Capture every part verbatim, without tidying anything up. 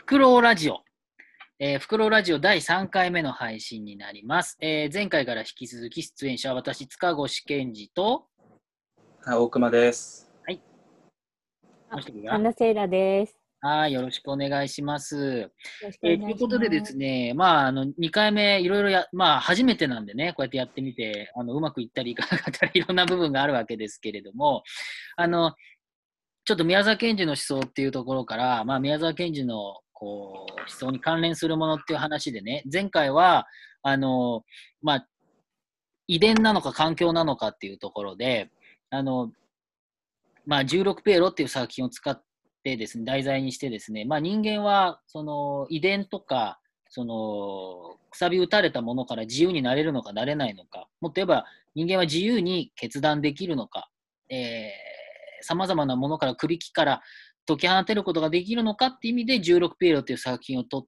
フクロウラジオ、えー、フクロウラジオだいさんかいめの配信になります。えー、前回から引き続き出演者は私、塚越健二と、 はい、大熊です。 はい。 あ、神田セイラです。 はい、よろしくお願いします。 よろしくおえー、 願いします。 ということでですね、まあ、あの、にかいめ、いろいろや、まあ、初めてなんでね、こうやってやってみて、あの、うまくいったりいかなかったり、いろんな部分があるわけですけれども、あの、ちょっと宮沢賢治の思想っていうところから、まあ、宮沢賢治のこう思想に関連するものっていう話でね、前回は、あの、まあ、遺伝なのか環境なのかっていうところで、あの、まあ、じゅうろくペーロっていう作品を使ってですね、題材にしてですね、まあ、人間は、その、遺伝とか、その、くさび打たれたものから自由になれるのかなれないのか、もっと言えば、人間は自由に決断できるのか、えー、様々なものから、首輝きから解き放てることができるのかっていう意味で、じゅうろくペーロっていう作品を撮って、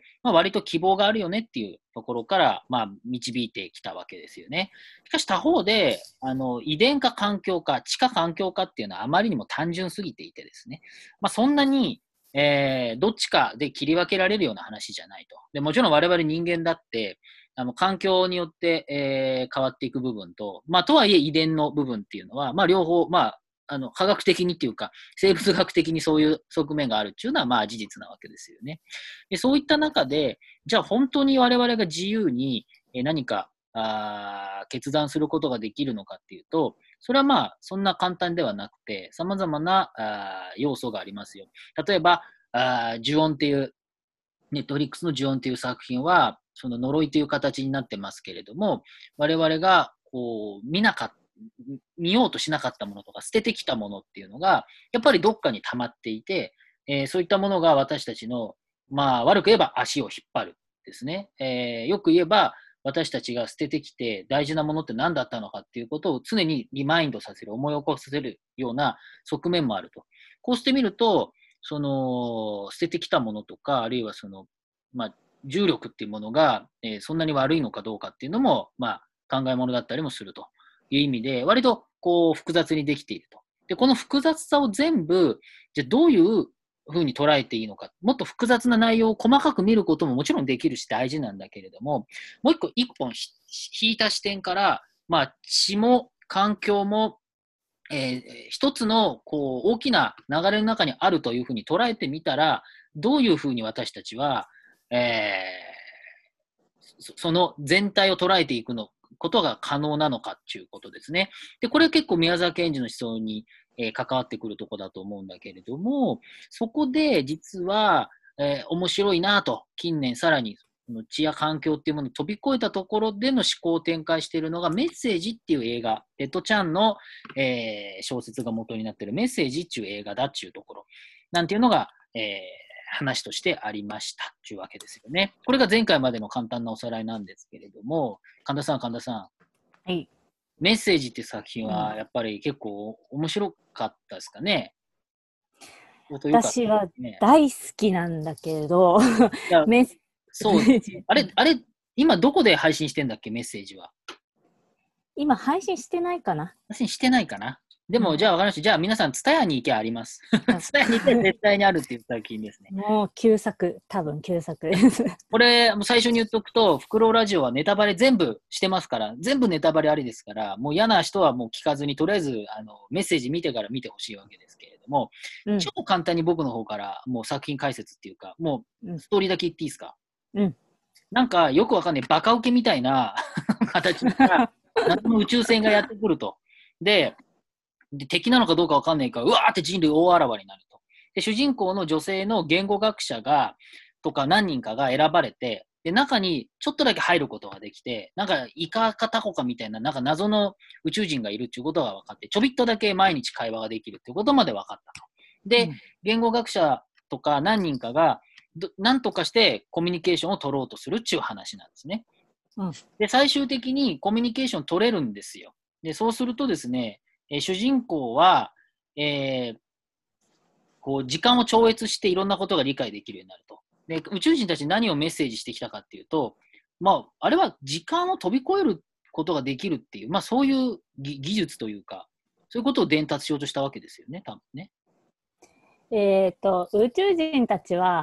まあ、割と希望があるよねっていうところから、まあ、導いてきたわけですよね。しかし他方で、あの、遺伝か環境か、地下環境かっていうのはあまりにも単純すぎていてですね。まあ、そんなに、えー、どっちかで切り分けられるような話じゃないと。で、もちろん我々人間だって、あの、環境によって、えー、変わっていく部分と、まあ、とはいえ遺伝の部分っていうのは、まあ、両方、まあ、あの、科学的にっていうか、生物学的にそういう側面があるっていうのは、まあ、事実なわけですよね。で、そういった中で、じゃあ本当に我々が自由に何かあ決断することができるのかっていうと、それはまあ、そんな簡単ではなくて、様々なあ要素がありますよ。例えば、あ呪音っていう、ネットフリックスの呪音っていう作品は、その呪いという形になってますけれども、我々がこう見なかった、見ようとしなかったものとか捨ててきたものっていうのが、やっぱりどっかに溜まっていて、えー、そういったものが私たちの、まあ悪く言えば足を引っ張るですね。えー、よく言えば、私たちが捨ててきて大事なものって何だったのかっていうことを常にリマインドさせる、思い起こさせるような側面もあると。こうしてみると、その捨ててきたものとか、あるいはその、まあ、重力っていうものが、えー、そんなに悪いのかどうかっていうのも、まあ、考え物だったりもするという意味で、割とこう複雑にできていると。で、この複雑さを全部、じゃどういうふうに捉えていいのか、もっと複雑な内容を細かく見ることももちろんできるし大事なんだけれども、もう一個一本引いた視点から、まあ、血も環境も、えー、一つのこう大きな流れの中にあるというふうに捉えてみたら、どういうふうに私たちは、えー、その全体を捉えていくのことが可能なのかっていうことですね。で、これ結構宮沢賢治の思想に、えー、関わってくるところだと思うんだけれども、そこで実は、えー、面白いなと、近年さらに地や環境っていうものを飛び越えたところでの思考を展開しているのがメッセージっていう映画、テッドちゃんの、えー、小説が元になっているメッセージっていう映画だっていうところ、なんていうのが、えー、話としてありましたっていうわけですよね。これが前回までの簡単なおさらいなんですけれども、神田さん、神田さん。 はい。 メッセージって作品はやっぱり結構面白かったですかね。 私は大好きなんだけど、 メッそう。あれ、あれ、今どこで配信してんだっけ、メッセージは。 今配信してないかな。 配信してないかな。でも、うん、じゃあ分かりました。じゃあ皆さん、ツタヤに行けばあります。ツタヤに行けば絶対にあるっていう作品ですね。 もう旧作、多分旧作です。 これ、もう最初に言っとくと、フクロウラジオはネタバレ全部してますから、全部ネタバレありですから、もう嫌な人はもう聞かずに、とりあえずあのメッセージ見てから見てほしいわけですけれども、うん、超簡単に僕の方からもう作品解説っていうか、もうストーリーだけ言っていいですか。 うん。 なんかよくわかんないバカウケみたいな形が謎の宇宙船がやってくると。で、で敵なのかどうかわかんないから、うわーって人類大あらわになると。で、主人公の女性の言語学者が、とか何人かが選ばれて、で、中にちょっとだけ入ることができて、なんかイカかタコかみたいな、なんか謎の宇宙人がいるっていうことが分かって、ちょびっとだけ毎日会話ができるっていうことまで分かったと。で、うん、言語学者とか何人かが、なんとかしてコミュニケーションを取ろうとするっていう話なんですね。うん、で、最終的にコミュニケーション取れるんですよ。で、そうするとですね、えー、主人公は、えー、こう時間を超越していろんなことが理解できるようになると。で、宇宙人たちに何をメッセージしてきたかっていうと、まあ、あれは時間を飛び越えることができるっていう、まあそういう技術というか、そういうことを伝達しようとしたわけですよね、多分ね。 えっと、宇宙人たちは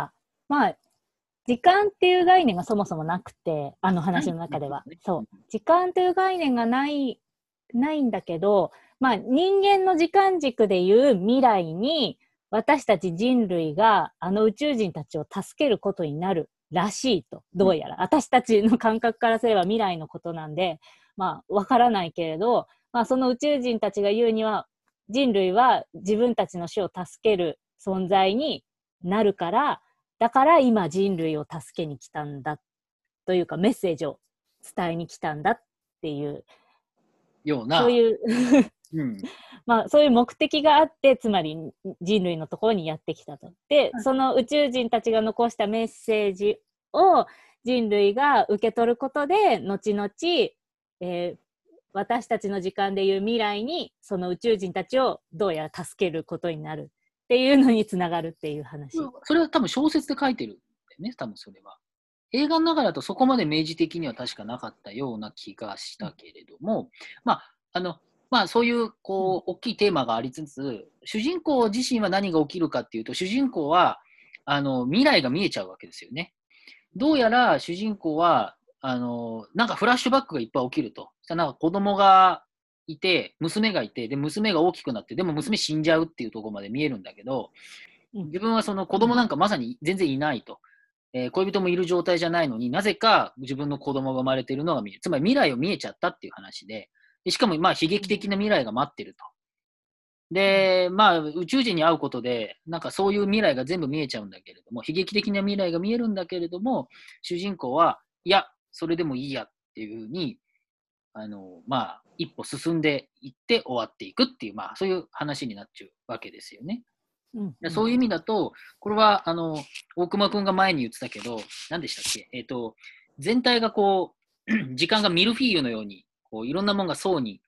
まあ、時間っていう概念がそもそもなくて、あの話の中では。そう。時間という概念がない、ないんだけど、まあ、人間の時間軸でいう未来に、私たち人類があの宇宙人たちを助けることになるらしいと。どうやら。私たちの感覚からすれば未来のことなんで、まあ、わからないけれど、まあ、その宇宙人たちが言うには、人類は自分たちの死を助ける存在になるから、だから今人類を助けに来たんだというかメッセージを伝えに来たんだっていうような、 そういう、 うん、 まあそういう目的があって、つまり人類のところにやってきたと。で、その宇宙人たちが残したメッセージを人類が受け取ることで、後々、えー、私たちの時間でいう未来にその宇宙人たちをどうやら助けることになるっていうのにつながるっていう話。 それは多分小説で書いてるんだよね、多分それは。映画の中だとそこまで明示的には確かなかったような気がしたけれども、まあ、あの、まあそういうこう大きいテーマがありつつ、主人公自身は何が起きるかっていうと、主人公はあの未来が見えちゃうわけですよね。どうやら主人公は、あの、なんかフラッシュバックがいっぱい起きると。なんか子供がいて、娘がいて、で、娘が大きくなって、でも娘死んじゃうっていうところまで見えるんだけど、自分はその子供なんかまさに全然いないと。えー、恋人もいる状態じゃないのになぜか自分の子供が生まれているのが見える。つまり未来を見えちゃったっていう話で、でしかもまあ悲劇的な未来が待ってると。で、まあ宇宙人に会うことで、なんかそういう未来が全部見えちゃうんだけれども、悲劇的な未来が見えるんだけれども、主人公は、いや、それでもいいやっていうふうに、あの、まあ、一歩進んでいって終わっていくっていう、まあ、そういう話になっちゃうわけですよね。うんうん、そういう意味だと、これは、あの、大熊くんが前に言ってたけど、何でしたっけ、えっと、全体がこう、時間がミルフィーユのように、こういろんなものが層に、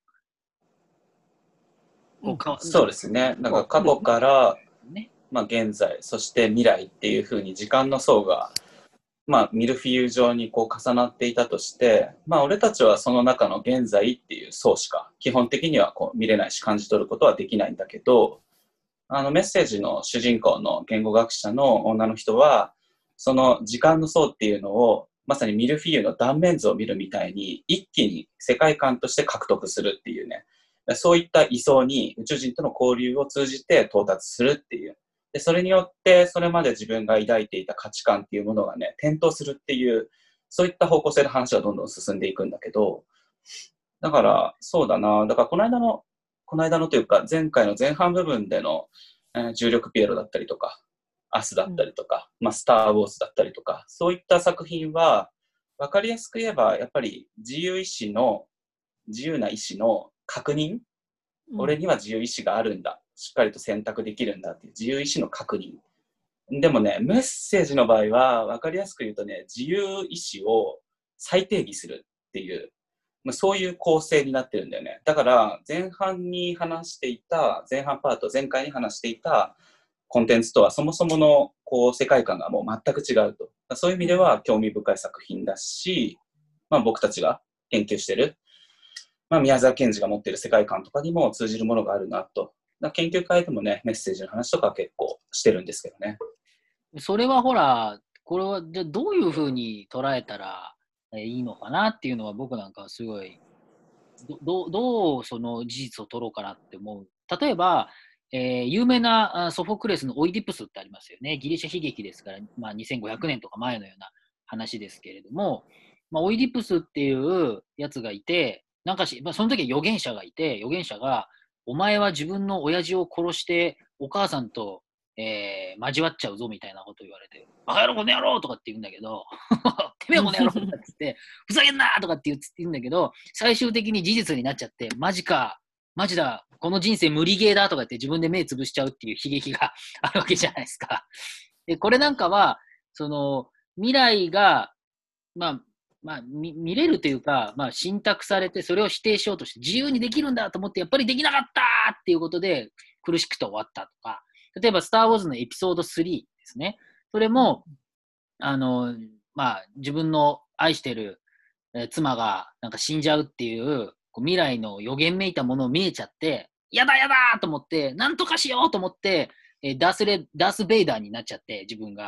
こうか、うん、そうですね。なんか過去から、ね、まあ現在、そして未来っていうふうに時間の層が、まあミルフィーユ状にこう重なっていたとして、まあ俺たちはその中の現在っていう層しか基本的にはこう見れないし感じ取ることはできないんだけど、あのメッセージの主人公の言語学者の女の人は、その時間の層っていうのを、まさにミルフィーユの断面図を見るみたいに、一気に世界観として獲得するっていうね、そういった位相に宇宙人との交流を通じて到達するっていう。で、それによって、それまで自分が抱いていた価値観っていうものがね、点灯するっていう、そういった方向性で話はどんどん進んでいくんだけど、だから、そうだな、だからこの間のこの間のというか、前回の前半部分での、えー、重力ピエロだったりとか、アスだったりとか、うん、まあ、スター・ウォーズだったりとか、そういった作品は、わかりやすく言えば、やっぱり自由意志の、自由な意志の確認、うん、俺には自由意志があるんだ。しっかりと選択できるんだっていう自由意志の確認。でもね、メッセージの場合は、わかりやすく言うとね、自由意志を再定義するっていう、そういう構成になってるんだよね。だから前半に話していた、前半パート、前回に話していたコンテンツとはそもそものこう世界観がもう全く違うと。そういう意味では興味深い作品だし、まあ、僕たちが研究してる、まあ、宮沢賢治が持っている世界観とかにも通じるものがあるなと。だ研究会でもね、メッセージの話とか結構してるんですけどね。 それはほら、これはじゃあどういうふうに捉えたらいいのかなっていうのは僕なんかはすごいど, ど, どうその事実を取ろうかなって思う。例えば、えー、有名なソフォクレスのオイディプスってありますよね。ギリシャ悲劇ですから、まあ、にせんごひゃくねんとか前のような話ですけれども、まあ、オイディプスっていうやつがいて、なんかし、まあ、その時は預言者がいて、預言者が、お前は自分の親父を殺してお母さんと、えー、交わっちゃうぞみたいなこと言われて、バカ野郎この野郎とかって言うんだけど、てめえこの野郎とかって言って、ふざけんなとかって言うんだけど、最終的に事実になっちゃって、マジか、マジだ、この人生無理ゲーだとかって自分で目つぶしちゃうっていう悲劇があるわけじゃないですか。で、これなんかは、その、未来が、まあ、まあ、見, 見れるというか、まあ、信託されて、それを否定しようとして、自由にできるんだと思って、やっぱりできなかったっていうことで、苦しくて終わったとか、例えば、スター・ウォーズのエピソードスリーですね。それも、あの、まあ、自分の愛してる、えー、妻がなんか死んじゃうっていう、こう未来の予言めいたものを見えちゃって、やだやだと思って、なんとかしようと思って、えー、ダースレ、ダース・ベイダーになっちゃって、自分が。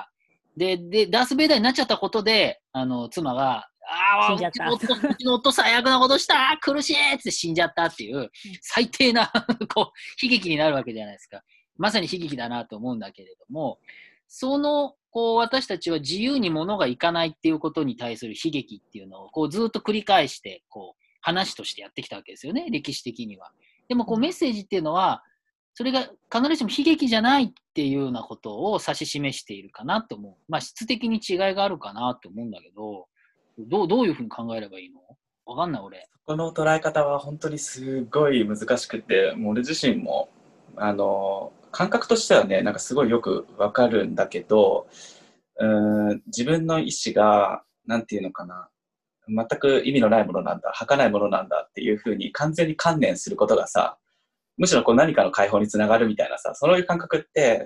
で、で、ダース・ベイダーになっちゃったことで、あの、妻が、ああ、うちの夫、うちの夫最悪なことした苦しいって死んじゃったっていう、最低なこう、悲劇になるわけじゃないですか。まさに悲劇だなと思うんだけれども、その、こう、私たちは自由に物がいかないっていうことに対する悲劇っていうのを、こう、ずっと繰り返して、こう、話としてやってきたわけですよね、歴史的には。でも、こう、メッセージっていうのは、それが必ずしも悲劇じゃないっていうようなことを指し示しているかなと思う。まあ、質的に違いがあるかなと思うんだけど、どう、どういうふうに考えればいいの？わかんない、俺。 この捉え方は本当にすごい難しくて、もう俺自身も、あの、感覚としてはね、なんかすごいよくわかるんだけど、うーん、自分の意思が、なんていうのかな、全く意味のないものなんだ、儚いものなんだっていうふうに完全に観念することがさ、むしろこう何かの解放につながるみたいなさ、そういう感覚って、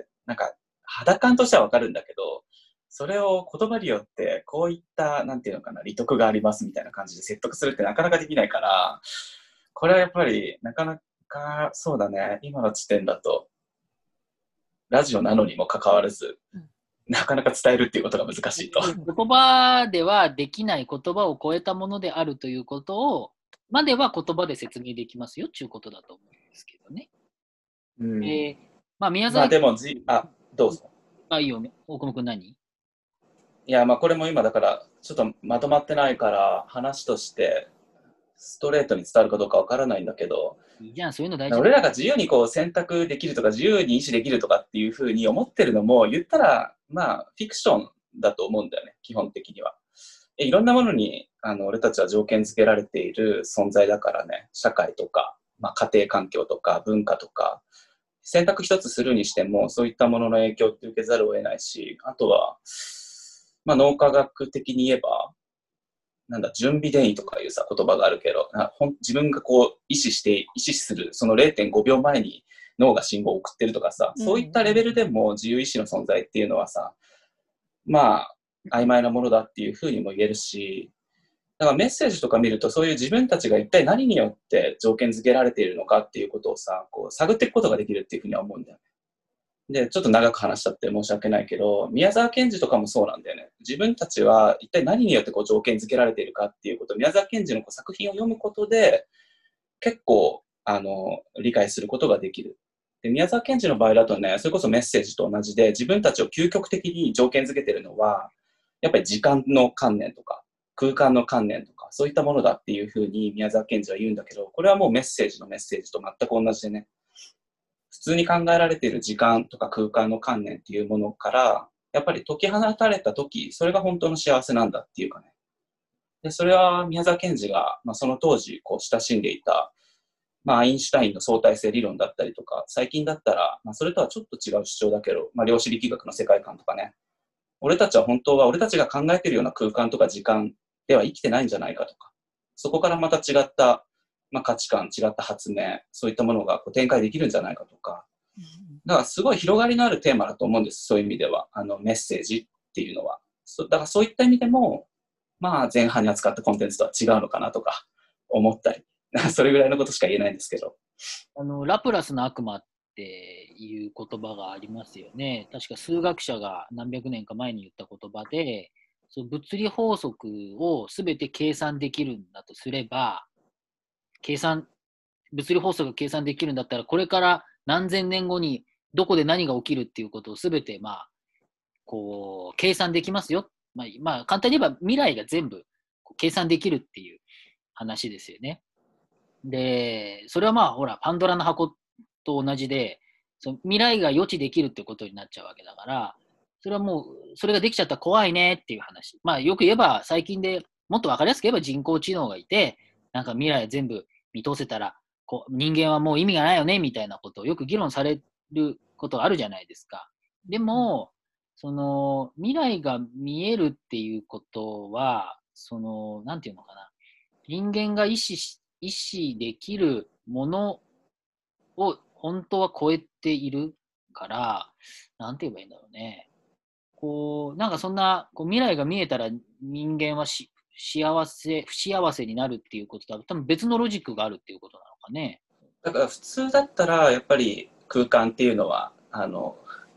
なんか肌感としてはわかるんだけど、それを言葉によってこういった、なんていうのかな、利得がありますみたいな感じで説得するってなかなかできないから、これはやっぱりなかなかそうだね、今の時点だと、ラジオなのにもかかわらず、なかなか伝えるっていうことが難しいと。 言葉ではできない言葉を超えたものであるということを、までは言葉で説明できますよっていうことだと思うんですけどね。 うん、 えー、まあ宮まあ崎、 でもじ、あ、どうぞ。 あ、いいよ、大久保君何？ いや、まあこれも今だから、ちょっとまとまってないから、話としてストレートに伝わるかどうかわからないんだけど、 いいじゃん、そういうの大事だ。 俺らが自由にこう選択できるとか、自由に意思できるとかっていうふうに思ってるのも、言ったら、まあ、フィクションだと思うんだよね、基本的には。いろんなものに、あの、俺たちは条件付けられている存在だからね、社会とか、まあ、家庭環境とか、文化とか、選択一つするにしても、そういったものの影響って受けざるを得ないし、あとは、まあ、脳科学的に言えば、なんだ、準備電位とかいうさ、言葉があるけど、ほん自分がこう、意思して、意思する、その れいてんごびょうまえに脳が信号を送ってるとかさ、そういったレベルでも自由意志の存在っていうのはさ、まあ、曖昧なものだっていうふうにも言えるし、だからメッセージとか見ると、そういう自分たちが一体何によって条件付けられているのかっていうことをさ、こう探っていくことができるっていうふうには思うんだよね。で、ちょっと長く話しちゃって申し訳ないけど、宮沢賢治とかもそうなんだよね。自分たちは一体何によってこう条件付けられているかっていうことを、宮沢賢治のこう作品を読むことで、結構、あの、理解することができる。で、宮沢賢治の場合だとね、それこそメッセージと同じで、自分たちを究極的に条件付けているのは、やっぱり時間の観念とか、空間の観念とか、そういったものだっていうふうに宮沢賢治は言うんだけど、これはもうメッセージのメッセージと全く同じでね、普通に考えられている時間とか空間の観念っていうものから、やっぱり解き放たれた時、それが本当の幸せなんだっていうかね。で、それは宮沢賢治が、まあ、その当時こう親しんでいた、まあ、アインシュタインの相対性理論だったりとか、最近だったら、まあ、それとはちょっと違う主張だけど、まあ、量子力学の世界観とかね。俺たちは本当は俺たちが考えているような空間とか時間では生きてないんじゃないかとか、そこからまた違った、まあ、価値観、違った発明、そういったものがこう展開できるんじゃないかとか、だからすごい広がりのあるテーマだと思うんです、そういう意味では。あのメッセージっていうのは。だからそういった意味でも、まあ前半に扱ったコンテンツとは違うのかなとか思ったり、それぐらいのことしか言えないんですけど。 あの、ラプラスの悪魔っていう言葉がありますよね。確か数学者が何百年か前に言った言葉で、その物理法則をすべて計算できるんだとすれば、計算、物理法則が計算できるんだったら、これから何千年後にどこで何が起きるっていうことをすべて、まあ、こう、計算できますよ。まあ、まあ、簡単に言えば未来が全部計算できるっていう話ですよね。で、それはまあ、ほら、パンドラの箱と同じで、その未来が予知できるってことになっちゃうわけだから、それはもう、それができちゃったら怖いねっていう話。まあ、よく言えば、最近でもっとわかりやすく言えば人工知能がいて、なんか未来全部見通せたら、こう人間はもう意味がないよねみたいなことをよく議論されることがあるじゃないですか。でも、その未来が見えるっていうことは、その、なんていうのかな。人間が意思し、意思できるものを本当は超えているから、なんて言えばいいんだろうね。こう、なんかそんな、こう未来が見えたら人間はし幸せ、不幸せになるっていうこととは多分別のロジックがあるっていうことなのかね。 だから普通だったら、やっぱり空間っていうのは、あの、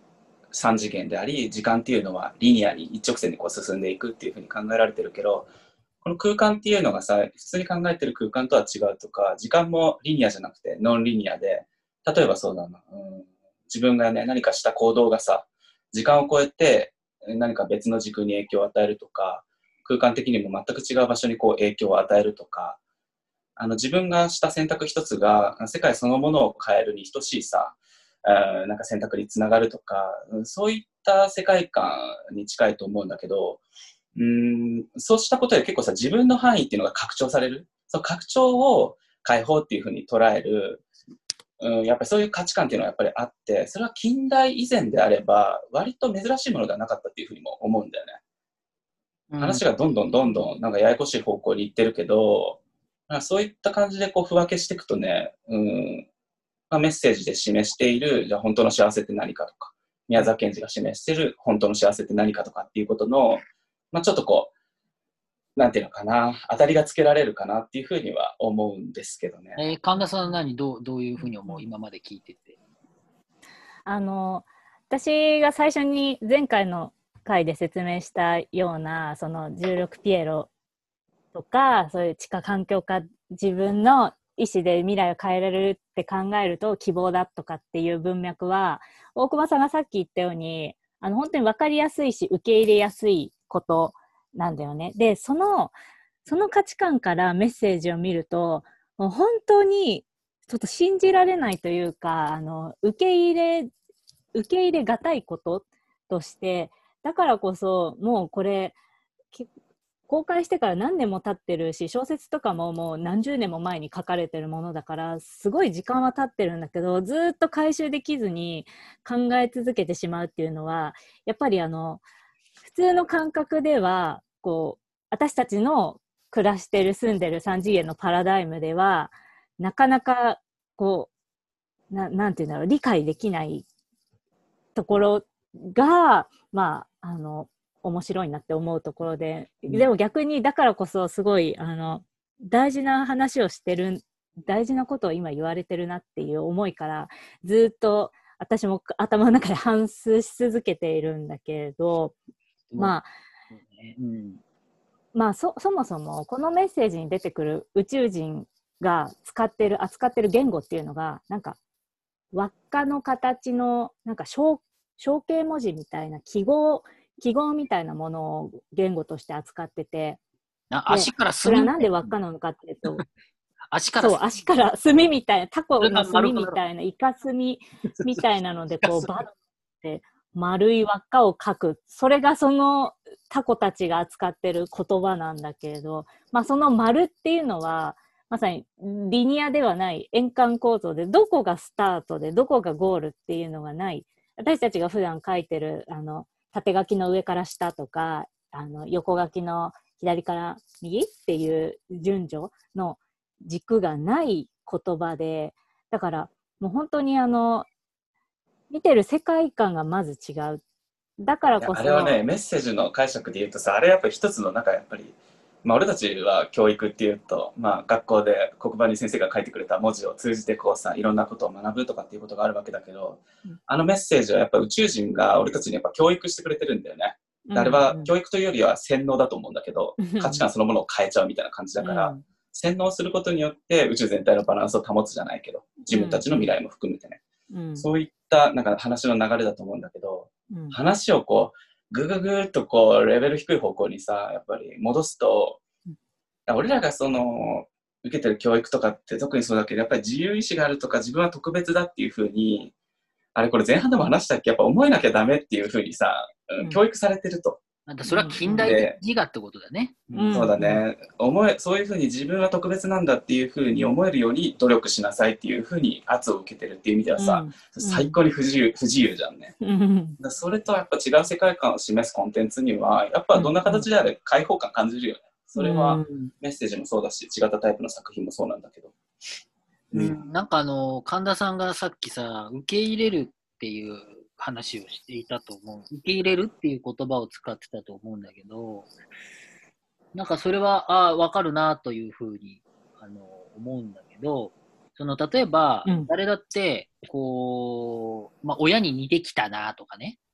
さん次元であり、時間っていうのはリニアに一直線にこう進んでいくっていうふうに考えられてるけど、この空間っていうのがさ、普通に考えてる空間とは違うとか、時間もリニアじゃなくてノンリニアで、例えばそうだな、うん、自分がね、何かした行動がさ、時間を超えて何か別の軸に影響を与えるとか、空間的にも全く違う場所にこう影響を与えるとか、あの自分がした選択一つが世界そのものを変えるに等しいさ、なんか選択につながるとか、そういった世界観に近いと思うんだけど、うーん、そうしたことで結構さ、自分の範囲っていうのが拡張される。その拡張を解放っていうふうに捉える、うん、やっぱりそういう価値観っていうのはやっぱりあって、それは近代以前であれば、割と珍しいものではなかったっていうふうにも思うんだよね。 うん、 話がどんどんどんどんなんかややこしい方向に行ってるけど、そういった感じでこう不分けしていくとね、うんまあ、メッセージで示している、じゃあ本当の幸せって何かとか、宮沢賢治が示している本当の幸せって何かとかっていうことの、まあ、ちょっとこう、なんていうのかな、当たりがつけられるかなっていうふうには思うんですけどね。 えー、神田さんは何どう、どういうふうに思う今まで聞いてて。 あの、私が最初に前回の回で説明したような、そのじゅうろくピエロとか、そういう地下環境下、自分の意思で未来を変えられるって考えると希望だとかっていう文脈は、大久保さんがさっき言ったように、あの本当に分かりやすいし受け入れやすいことなんだよね。で、その、その価値観からメッセージを見ると、もう本当にちょっと信じられないというか、あの受け入れ、受け入れがたいこととして、だからこそもうこれ、公開してから何年も経ってるし、小説とかももう何十年も前に書かれてるものだから、すごい時間は経ってるんだけど、ずっと回収できずに考え続けてしまうっていうのは、やっぱりあの、普通の感覚では、こう、私たちの暮らしてる、住んでる三次元のパラダイムでは、なかなか、こう、な、なんていうんだろう、理解できないところが、まあ、あの、面白いなって思うところで、でも逆にだからこそすごいあの大事な話をしてる、大事なことを今言われてるなっていう思いからずっと私も頭の中で反芻し続けているんだけれど、まあ、うん、まあ そ, そもそもこのメッセージに出てくる宇宙人が使ってる扱ってる言語っていうのがなんか輪っかの形のなんか象形文字みたいな記号記号みたいなものを言語として扱ってて、 足から墨それはなんで輪っかなのかっていうと、 足からそう足から墨みたいな、タコの墨みたいな、イカ墨みたいなのでこうバッて丸い輪っかを描く、それがそのタコたちが扱ってる言葉なんだけれど、まあその丸っていうのはまさにリニアではない円環構造で、どこがスタートでどこがゴールっていうのがない、私たちが普段書いてるあの縦書きの上から下とかあの横書きの左から右っていう順序の軸がない言葉で、だからもう本当にあの見てる世界観がまず違う。だからこそあれはね、メッセージの解釈で言うとさ、あれやっぱり一つのなんかやっぱり、まあ俺たちは教育っていうと、まあ学校で黒板に先生が書いてくれた文字を通じてこうさ、いろんなことを学ぶとかっていうことがあるわけだけど、うん、あのメッセージはやっぱ宇宙人が俺たちにやっぱ教育してくれてるんだよね。あれは教育というよりは洗脳だと思うんだけど、価値観そのものを変えちゃうみたいな感じだから、うん、洗脳することによって宇宙全体のバランスを保つじゃないけど、自分たちの未来も含めてね。うん、そういったなんか話の流れだと思うんだけど、うん、話をこう、ぐぐぐっとこう、レベル低い方向にさ、やっぱり戻すと、うん、俺らがその、受けてる教育とかって特にそうだけど、やっぱり自由意志があるとか自分は特別だっていうふうに、あれこれ前半でも話したっけ、やっぱ思えなきゃダメっていうふうにさ、うん、教育されてると。 なんだそれは近代的自我ってことだね。 うん、そうだね、うん、思え。そういうふうに自分は特別なんだっていうふうに思えるように努力しなさいっていうふうに圧を受けてるっていう意味ではさ、うん、最高に不自由、不自由じゃんね。うん、だそれとやっぱ違う世界観を示すコンテンツには、やっぱどんな形であれ開放感感じるよね。それはメッセージもそうだし、違ったタイプの作品もそうなんだけど。 うんうん、なんかあの、神田さんがさっきさ、受け入れるっていう話をしていたと思う。受け入れるっていう言葉を使ってたと思うんだけど、なんかそれは、ああ、わかるなというふうにあの思うんだけど、その例えば、うん、誰だって、こう、まあ、親に似てきたなとかね、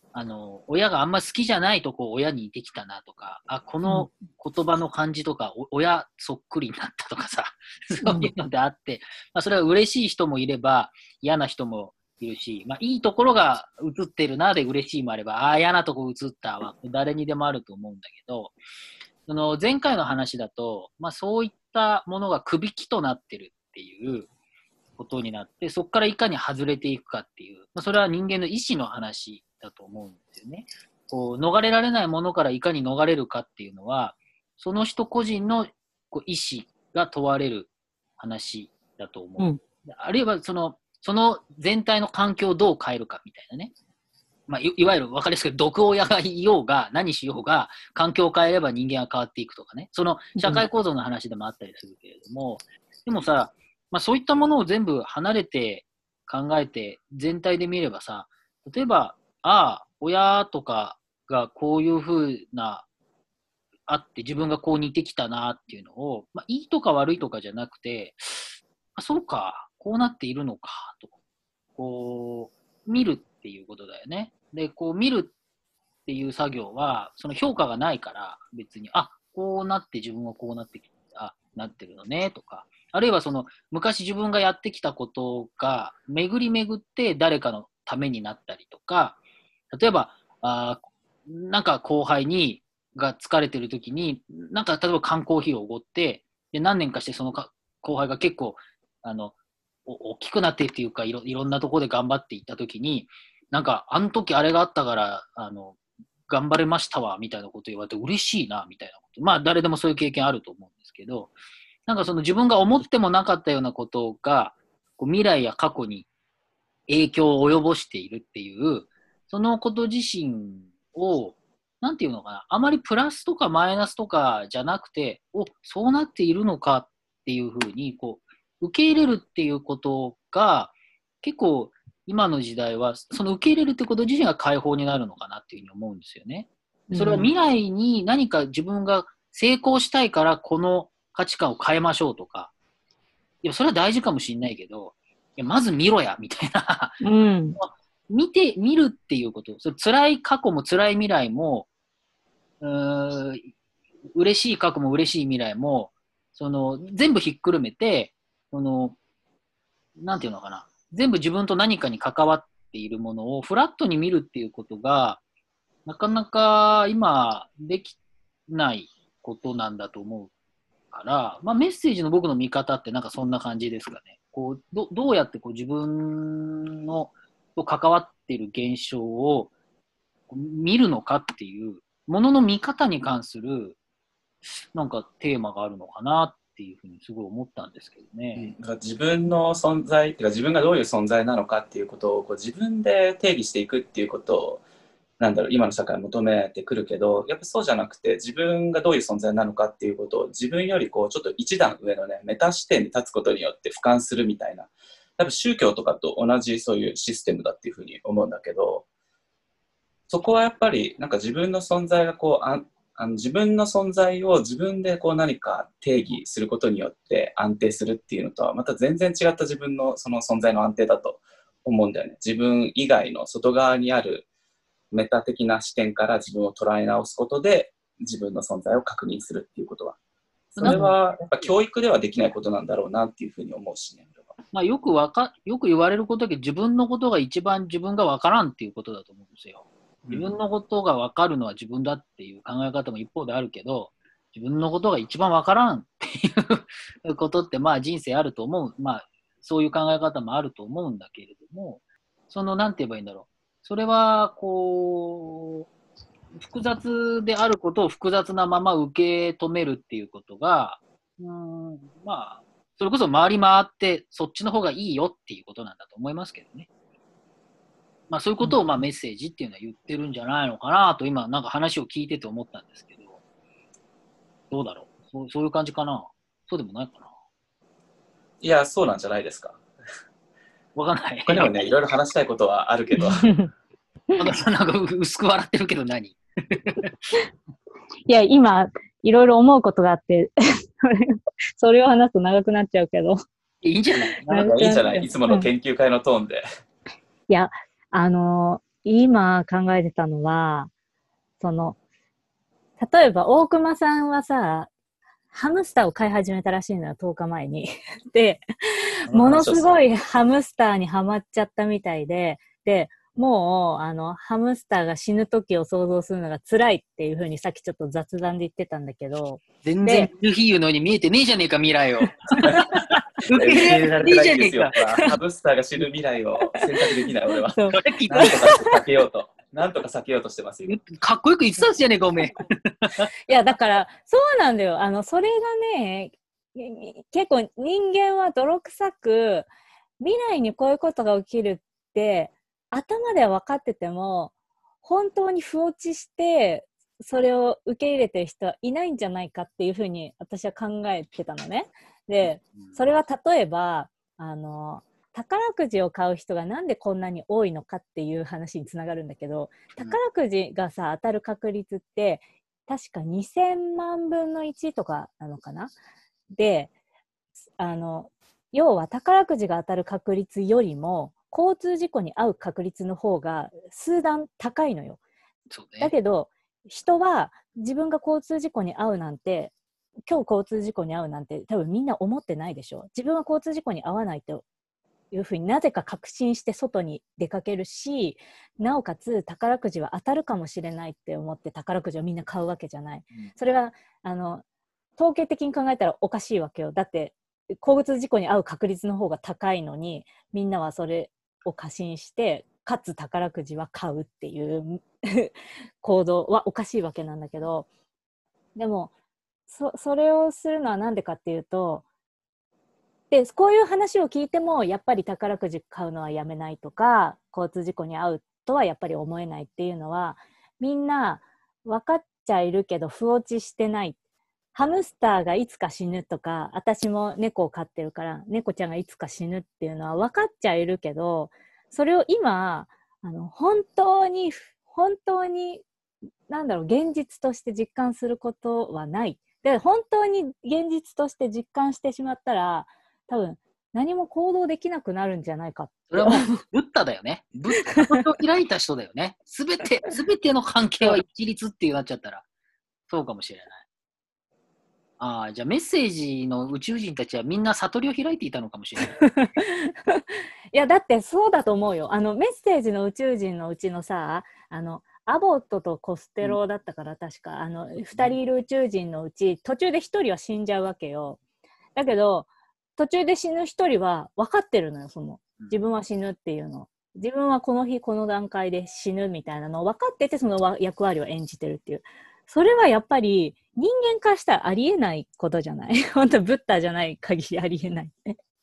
あの、親があんま好きじゃないとこ親に似てきたなとか、あ、この言葉の感じとか、お親そっくりになったとかさ、そういうのであって、まあ、それは嬉しい人もいれば、嫌な人もいるし、まあ、いいところが映ってるなで嬉しいもあれば、ああ、嫌なとこ映ったわ、誰にでもあると思うんだけど、その前回の話だと、まあ、そういったものがくびきとなってるっていうことになって、そこからいかに外れていくかっていう、まあ、それは人間の意志の話だと思うんですよね。こう逃れられないものからいかに逃れるかっていうのは、その人個人のこう意志が問われる話だと思う。うん、あるいはその、その全体の環境をどう変えるかみたいなね。まあ、い, いわゆる分かりやすく毒親がいようが何しようが環境を変えれば人間は変わっていくとかね。その社会構造の話でもあったりするけれども、うん、でもさ、まあ、そういったものを全部離れて考えて全体で見ればさ、例えば、ああ、親とかがこういうふうな、あって自分がこう似てきたなっていうのを、まあ、いいとか悪いとかじゃなくて、あ、そうか、こうなっているのかと、こう、見るっていうことだよね。で、こう見るっていう作業は、その評価がないから別に、あ、こうなって自分はこうなってきた、なってるのねとか、あるいはその昔自分がやってきたことが巡り巡って誰かのためになったりとか、例えば、あなんか後輩にが疲れてる時に、なんか例えば缶コーヒーをおごって、で何年かしてそのか後輩が結構あの大きくなってっていうかい ろ, いろんなところで頑張っていった時に、なんかあの時あれがあったからあの頑張れましたわみたいなこと言われて嬉しいなみたいなこと、まあ誰でもそういう経験あると思うんですけど、なんかその自分が思ってもなかったようなことがこう未来や過去に影響を及ぼしているっていう、そのこと自身を、なんていうのかな、あまりプラスとかマイナスとかじゃなくて、お、そうなっているのかっていうふうに、こう、受け入れるっていうことが、結構今の時代は、その受け入れるってこと自身が解放になるのかなっていうふうに思うんですよね。それは未来に何か自分が成功したいからこの価値観を変えましょうとか、いや、それは大事かもしれないけど、いやまず見ろや、みたいな。 うん、 見て、見るっていうこと。それ辛い過去も辛い未来も、うーん、嬉しい過去も嬉しい未来も、その、全部ひっくるめて、その、なんていうのかな。全部自分と何かに関わっているものをフラットに見るっていうことが、なかなか今できないことなんだと思うから、まあ、メッセージの僕の見方ってなんかそんな感じですかね。こう ど, どうやってこう自分のと関わっている現象を見るのかっていうものの見方に関するなんかテーマがあるのかなっていうふうにすごい思ったんですけどね。 うん、自分の存在っていうか自分がどういう存在なのかっていうことをこう自分で定義していくっていうことをなんだろう今の社会は求めてくるけど、やっぱそうじゃなくて自分がどういう存在なのかっていうことを自分よりこうちょっと一段上のねメタ視点に立つことによって俯瞰するみたいな、多分宗教とかと同じそういうシステムだっていうふうに思うんだけど、そこはやっぱりなんか自分の存在がこうああの自分の存在を自分でこう何か定義することによって安定するっていうのとはまた全然違った自分のその存在の安定だと思うんだよね。自分以外の外側にあるメタ的な視点から自分を捉え直すことで自分の存在を確認するっていうことは、それはやっぱ教育ではできないことなんだろうなっていうふうに思うしね。 まあ、よくわかよく言われることだけど、自分のことが一番自分がわからんっていうことだと思うんですよ。自分のことがわかるのは自分だっていう考え方も一方であるけど、自分のことが一番わからんっていうことってまあ人生あると思う。まあそういう考え方もあると思うんだけれども、そのなんて言えばいいんだろう。それはこう複雑であることを複雑なまま受け止めるっていうことが、うーんまあそれこそ回り回ってそっちの方がいいよっていうことなんだと思いますけどね。まあそういうことをまあメッセージっていうのは言ってるんじゃないのかなと今なんか話を聞いてて思ったんですけど、どうだろう。そう、そういう感じかな。そうでもないかな。 いや、そうなんじゃないですか。 わかんない。 他にもね、いろいろ話したいことはあるけど。 なんかなんか薄く笑ってるけど何？いや、今、いろいろ思うことがあって、それを話すと長くなっちゃうけど。 いいんじゃない？ なんかいいんじゃない？いつもの研究会のトーンで。 いや、あのー、 今考えてたのは、その、例えば大熊さんはさ、ハムスターを飼い始めたらしいのよ、とおかまえに。で、ものすごいハムスターにハマっちゃったみたいで、で、もう、あの、ハムスターが死ぬ時を想像するのが辛いっていう風にさっきちょっと雑談で言ってたんだけど。 全然ルフィーのように見えてねえじゃねえか、未来を。 受け入れられてないんですよ。ハムスターが死ぬ未来を選択できない、俺は。なんとか避けようと。なんとか避けようとしてますよ。 かっこよく言ってたじゃねえか、おめえ。 いや、だから、そうなんだよ。あの、それがね、結構人間は泥臭く、未来にこういうことが起きるって、頭では分かってても、本当に不落ちして、それを受け入れてる人はいないんじゃないかっていうふうに私は考えてたのね。で、それは例えば、あの、宝くじを買う人がなんでこんなに多いのかっていう話につながるんだけど、宝くじがさ、当たる確率って、確かにせんまんぶんのいちとかなのかな。で、あの、要は宝くじが当たる確率よりも、交通事故に遭う確率の方が数段高いのよ。 そうね、 だけど、人は自分が交通事故に遭うなんて、今日交通事故に遭うなんて多分みんな思ってないでしょ。自分は交通事故に遭わないというふうになぜか確信して外に出かけるし、なおかつ宝くじは当たるかもしれないって思って宝くじをみんな買うわけじゃない。うん、それがあの統計的に考えたらおかしいわけよ。だって交通事故に遭う確率の方が高いのに、みんなはそれを過信してかつ宝くじは買うっていう行動はおかしいわけなんだけど、でも そ, それをするのはなんでかっていうと、でこういう話を聞いてもやっぱり宝くじ買うのはやめないとか、交通事故に遭うとはやっぱり思えないっていうのは、みんな分かっちゃいるけど不落ちしてない。ハムスターがいつか死ぬとか、私も猫を飼ってるから猫ちゃんがいつか死ぬっていうのは分かっちゃいるけど、それを今あの本当に本当になんだろう、現実として実感することはない。で本当に現実として実感してしまったら、多分何も行動できなくなるんじゃないかって。 それはもうブッダだよね。ブッダを開いた人だよね。すべて、すべての関係は一律っていうなっちゃったら、そうかもしれない。ああ、じゃあメッセージの宇宙人たちはみんな悟りを開いていたのかもしれない。 いや、だってそうだと思うよ。あのメッセージの宇宙人のうちのさ、あのアボットとコステロだったから、うん、確かあのふたりいる宇宙人のうち途中でひとりは死んじゃうわけよ。だけど途中で死ぬひとりは分かってるのよ。その自分は死ぬっていうの、自分はこの日この段階で死ぬみたいなのを分かってて、その役割を演じてるっていう、それはやっぱり人間からしたらありえないことじゃない本当ブッダじゃない限りありえない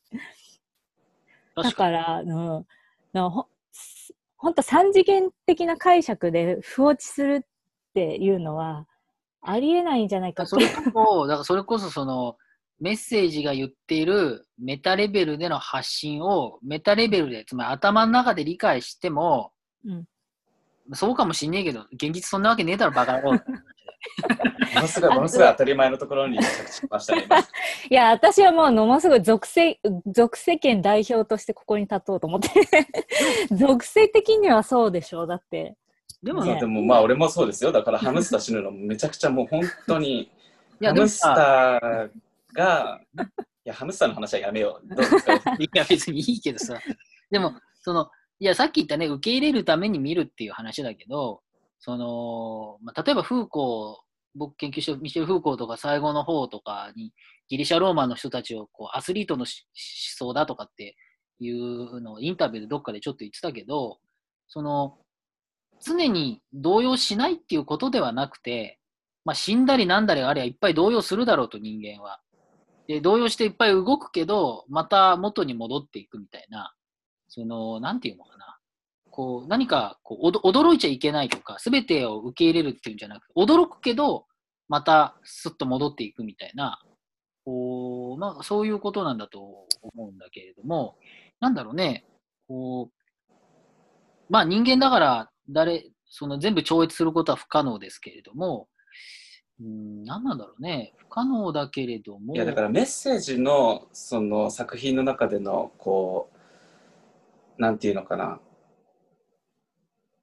だからののほ本当三次元的な解釈で不落ちするっていうのはありえないんじゃないかって。 それこそだからそれこそそのメッセージが言っているメタレベルでの発信をメタレベルで、つまり頭の中で理解しても、うん、そうかもしんねえけど、現実そんなわけねえだろ、バカ野郎。 ものすごい、ものすごい当たり前のところに着地しましたね。 いや、私はもうものすごい属性、属世間代表としてここに立とうと思って。属性的にはそうでしょう、だって。 でも、ね、でもまあ俺もそうですよ。だからハムスター死ぬのめちゃくちゃもう本当に、いやハムスターが、いや、ハムスターの話はやめよう。どうですか？ いや、別にいいけどさ。でも、その、いや、さっき言ったね、受け入れるために見るっていう話だけど、その、まあ、例えばフーコー、僕研究してるミシェル・フーコーとか最後の方とかに、ギリシャ・ローマの人たちをこうアスリートの思想だとかっていうのをインタビューでどっかでちょっと言ってたけど、その、常に動揺しないっていうことではなくて、まあ、死んだりなんだりあればいっぱい動揺するだろうと、人間は。で、動揺していっぱい動くけど、また元に戻っていくみたいな、その、なんていうのかな。こう、何かこう驚いちゃいけないとか、すべてを受け入れるっていうんじゃなくて、驚くけど、またスッと戻っていくみたいな、こう、まあ、そういうことなんだと思うんだけれども、なんだろうね、こう、まあ人間だから、誰、その全部超越することは不可能ですけれども、うん、何なんだろうね、不可能だけれども。 いや、だからメッセージの、その作品の中での、こう、なんていうのかな、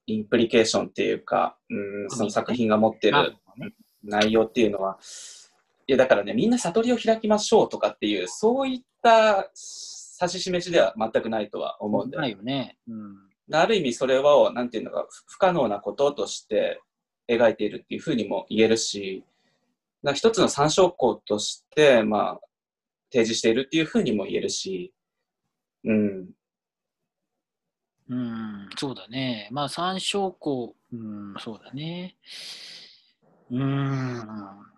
インプリケーションっていうか、うん、その作品が持ってる内容っていうのは、いやだからね、みんな悟りを開きましょうとかっていう、そういった指し示しでは全くないとは思うんで。 ないよね。うん、 ある意味それを、なんていうのか、不可能なこととして描いているっていうふうにも言えるし、一つの参照項として、まあ、提示しているっていうふうにも言えるし、うん。 うん、そうだね。まあ、参照項、うん、そうだね。うーん。うん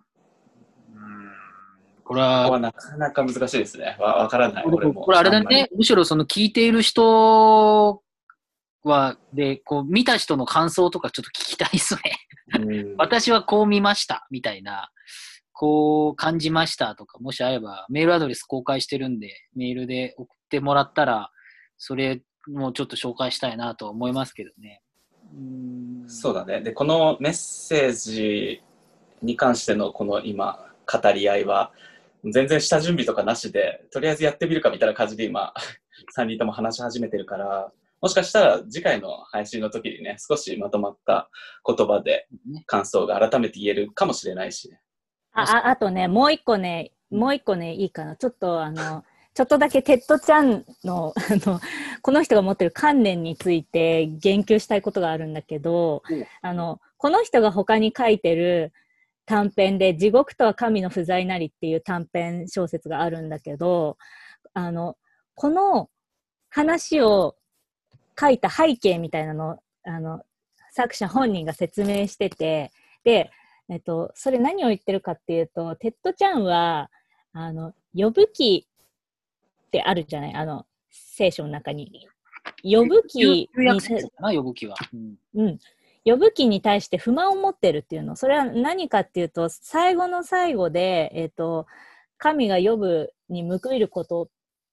これは、 ここはなかなか難しいですね。わ、わからない、俺も。 これあれだね。むしろその聞いている人は、で、こう、見た人の感想とかちょっと聞きたいですね。 うん、 私はこう見ました、みたいな。こう感じましたとか、もしあれば、メールアドレス公開してるんで、メールで送ってもらったら、それもちょっと紹介したいなと思いますけどね。 うーんそうだね。で、このメッセージに関してのこの今、語り合いは、全然下準備とかなしで、とりあえずやってみるかみたいな感じで今、さんにんとも話し始めてるから、もしかしたら次回の配信の時にね、少しまとまった言葉で感想が改めて言えるかもしれないしね。 あ、あ、あとね、もう一個ね、もう一個ね、いいかな。ちょっとあの、ちょっとだけテッドちゃんの、あの、この人が持ってる観念について言及したいことがあるんだけど、あの、この人が他に書いてる短編で、地獄とは神の不在なりっていう短編小説があるんだけど、あの、この話を書いた背景みたいなの、あの、作者本人が説明してて、で、えっと、それ何を言ってるかっていうと、テッドちゃんは、あの、呼ぶ記ってあるじゃないあの、聖書の中に。呼ぶ記に、 呼ぶ記は。 うん。うん。呼ぶ記に対して不満を持ってるっていうの。それは何かっていうと、最後の最後で、えっと、神が呼ぶに報いること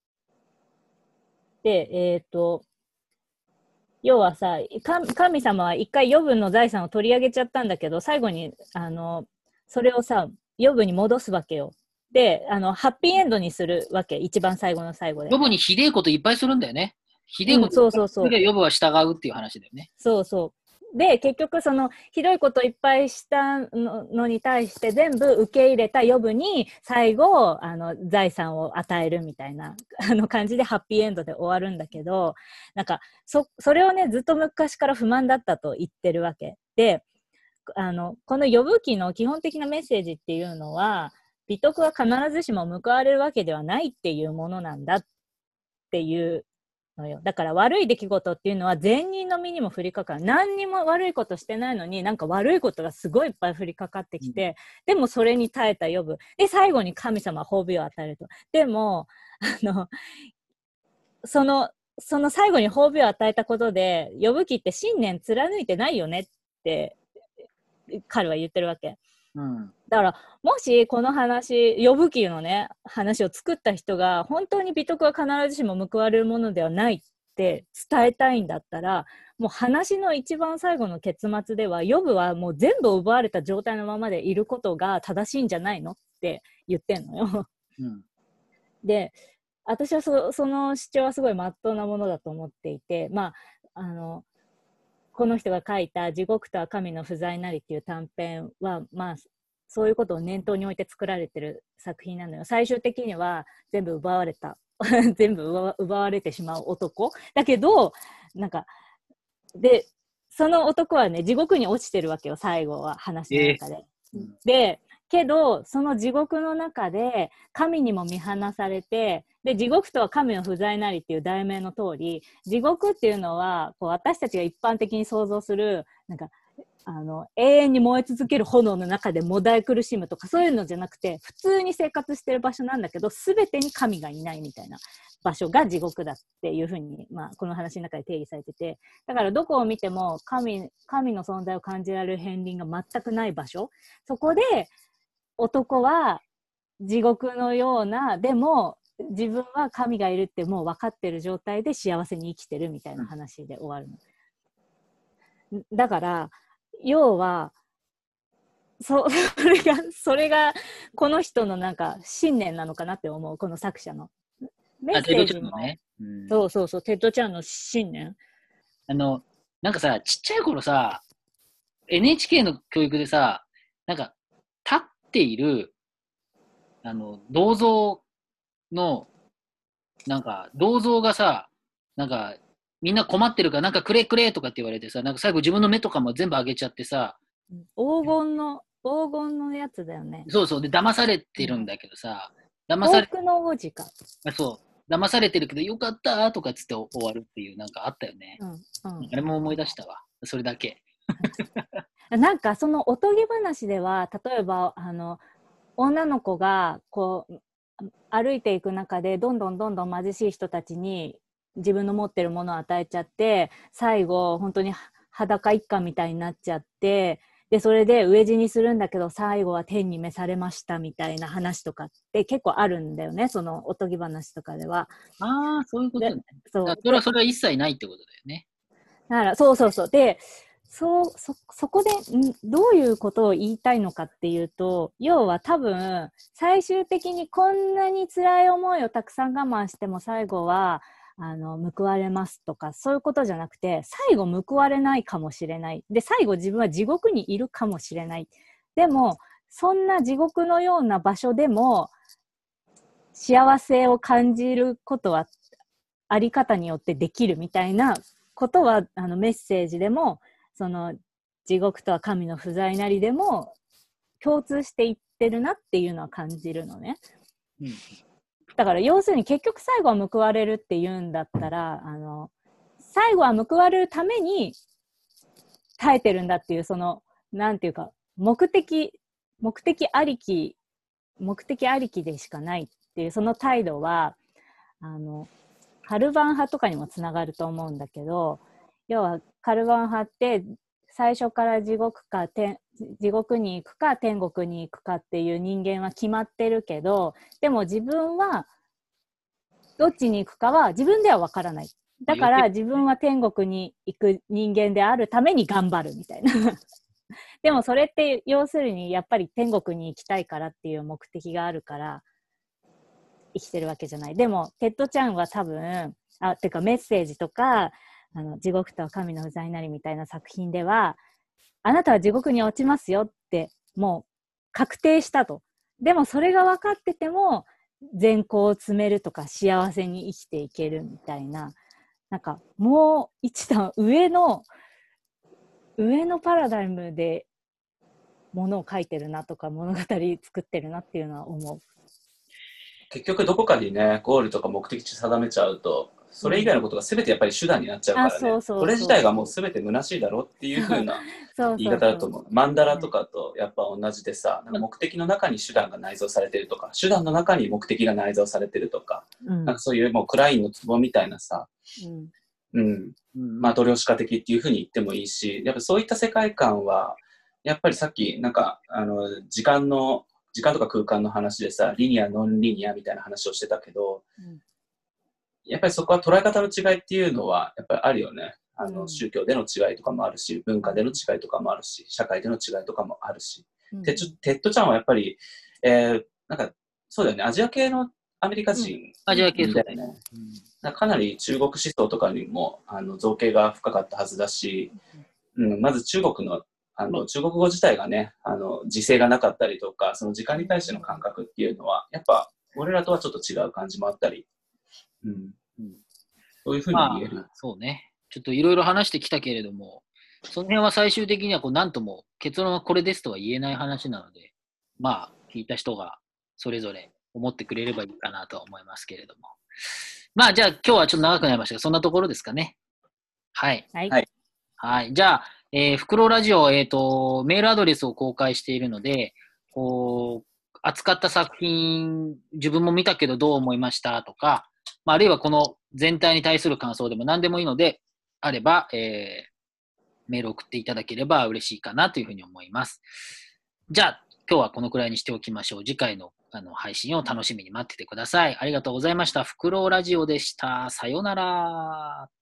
で、えっと、要はさ、神様は一回余分の財産を取り上げちゃったんだけど、最後に、あの、それをさ、余分に戻すわけよ。で、あの、ハッピーエンドにするわけ。一番最後の最後で。 余分にひでえこといっぱいするんだよね。ひでえこといっぱいするで余分は従うっていう話だよね。 そうそう。で、結局その、ひどいこといっぱいしたののに対して全部受け入れた余分に最後、あの、財産を与えるみたいな、あの感じでハッピーエンドで終わるんだけど、なんか、そ、それをね、ずっと昔から不満だったと言ってるわけ。で、あの、この呼ぶ記の基本的なメッセージっていうのは、美徳は必ずしも報われるわけではないっていうものなんだっていうのよ。だから悪い出来事っていうのは善人の身にも降りかかる。何にも悪いことしてないのになんか悪いことがすごいいっぱい降りかかってきて、うん、でもそれに耐えた呼ぶ。で、最後に神様は褒美を与えると。でも、あの、その、その最後に褒美を与えたことで、呼ぶ記って信念貫いてないよねって彼は言ってるわけ。うん、だからもしこの話呼ぶ記のね話を作った人が本当に美徳は必ずしも報われるものではないって伝えたいんだったらもう話の一番最後の結末では呼ぶはもう全部奪われた状態のままでいることが正しいんじゃないのって言ってんのよ、うん、で私は そ, その主張はすごい真っ当なものだと思っていてまああのこの人が書いた地獄とは神の不在なりっていう短編は、まあ、そういうことを念頭に置いて作られてる作品なのよ。最終的には全部奪われた。全部奪 わ, 奪われてしまう男。だけど、なんか、で、その男はね、地獄に落ちてるわけよ、最後は話の中で。えー、で、けど、その地獄の中で神にも見放されて、で、地獄とは神の不在なりっていう題名の通り、地獄っていうのは、こう私たちが一般的に想像する、なんか、あの、永遠に燃え続ける炎の中でもだえ苦しむとか、そういうのじゃなくて、普通に生活してる場所なんだけど、すべてに神がいないみたいな場所が地獄だっていうふうに、まあ、この話の中で定義されてて、だからどこを見ても神、神の存在を感じられる片鱗が全くない場所。そこで、男は地獄のような、でも、自分は神がいるってもう分かってる状態で幸せに生きてるみたいな話で終わるの。だから要は そ, それがそれがこの人のなんか信念なのかなって思うこの作者のメッセージも、ねうん、 そうそうそうテッドちゃんの信念あのなんかさ、ちっちゃい頃さ、エヌエイチケー の教育でさ、なんか、立っている、あの、銅像の、なんか、銅像がさ、なんか、みんな困ってるから、なんかくれくれとかって言われてさ、なんか最後自分の目とかも全部上げちゃってさ、 黄金の、黄金のやつだよね。 そうそう、で、騙されてるんだけどさ、騙され、 遠くの王子か。 あそう、騙されてるけど、よかったとかっつって終わるっていう、なんかあったよね。 うんうん、 あれも思い出したわ。それだけ。 なんかそのおとぎ話では、例えばあの女の子がこう歩いていく中でどんどんどんどん貧しい人たちに自分の持ってるものを与えちゃって、最後本当に裸一貫みたいになっちゃって、でそれで飢え死にするんだけど最後は天に召されましたみたいな話とかって結構あるんだよね、そのおとぎ話とかでは。 ああ、そういうことね。 そうだからそれはそれは一切ないってことだよね。 だからそうそうそう。でそうそそこでんどういうことを言いたいのかっていうと、要は多分最終的にこんなに辛い思いをたくさん我慢しても最後はあの報われますとか、そういうことじゃなくて、最後報われないかもしれない。で最後自分は地獄にいるかもしれない。でもそんな地獄のような場所でも幸せを感じることはあり方によってできるみたいなことは、あのメッセージでも、その地獄とは神の不在なりでも共通していってるなっていうのは感じるのね。うん、だから要するに結局最後は報われるっていうんだったら、あの最後は報われるために耐えてるんだっていう、そのなんていうか目的目的ありき目的ありきでしかないっていうその態度は、あのカルバン派とかにもつながると思うんだけど、要はカルバン派って最初から地獄か天地獄に行くか天国に行くかっていう人間は決まってるけど、でも自分はどっちに行くかは自分では分からない。だから自分は天国に行く人間であるために頑張るみたいなでもそれって要するにやっぱり天国に行きたいからっていう目的があるから生きてるわけじゃない。でもテッドちゃんは多分あてかメッセージとかあの地獄とは神の不在なりみたいな作品では、あなたは地獄に落ちますよってもう確定したと。でもそれが分かってても善行を積めるとか幸せに生きていけるみたいな、なんかもう一段上の上のパラダイムでものを書いてるなとか物語作ってるなっていうのは思う。 結局どこかにねゴールとか目的地定めちゃうと、それ以外のことが全てやっぱり手段になっちゃうからね、うん、そうそうそうそう、それ自体がもう全て虚しいだろうっていう風な言い方だと思う。マンダラとかとやっぱ同じでさ、なんか目的の中に手段が内蔵されてるとか、手段の中に目的が内蔵されてるとか、うん、なんかそういうもうクラインのツボみたいなさ、うんうんうん、まあ努量史家的っていう風に言ってもいいし、やっぱそういった世界観はやっぱりさっきなんかあの時間の時間とか空間の話でさ、リニアノンリニアみたいな話をしてたけど、うん、やっぱりそこは捉え方の違いっていうのはやっぱりあるよね。あの、うん、宗教での違いとかもあるし、文化での違いとかもあるし、社会での違いとかもあるし、うん、テッドちゃんはやっぱり、えー、なんかそうだよね、アジア系のアメリカ人、うん、 アジア系だよね、うん、かなり中国思想とかにもあの造形が深かったはずだし、うん、まず中国のあの中国語自体がね、あの時制がなかったりとか、その時間に対しての感覚っていうのはやっぱ俺らとはちょっと違う感じもあったり、うんうん、そういうふうに言える、 まあ、そうね、ちょっといろいろ話してきたけれども、その辺は最終的にはこう何とも結論はこれですとは言えない話なので、まあ聞いた人がそれぞれ思ってくれればいいかなとは思いますけれども、まあじゃあ今日はちょっと長くなりましたが、そんなところですかね。はい。 はい。 はい、じゃあ、えー、フクロウラジオ、えっと、メールアドレスを公開しているので、こう、扱った作品、自分も見たけどどう思いましたとか、まあ、あるいはこの全体に対する感想でも何でもいいので、あれば、えー、メールを送っていただければ嬉しいかなというふうに思います。じゃあ、今日はこのくらいにしておきましょう。次回の、あの配信を楽しみに待っててください。ありがとうございました。フクロウラジオでした。さようなら。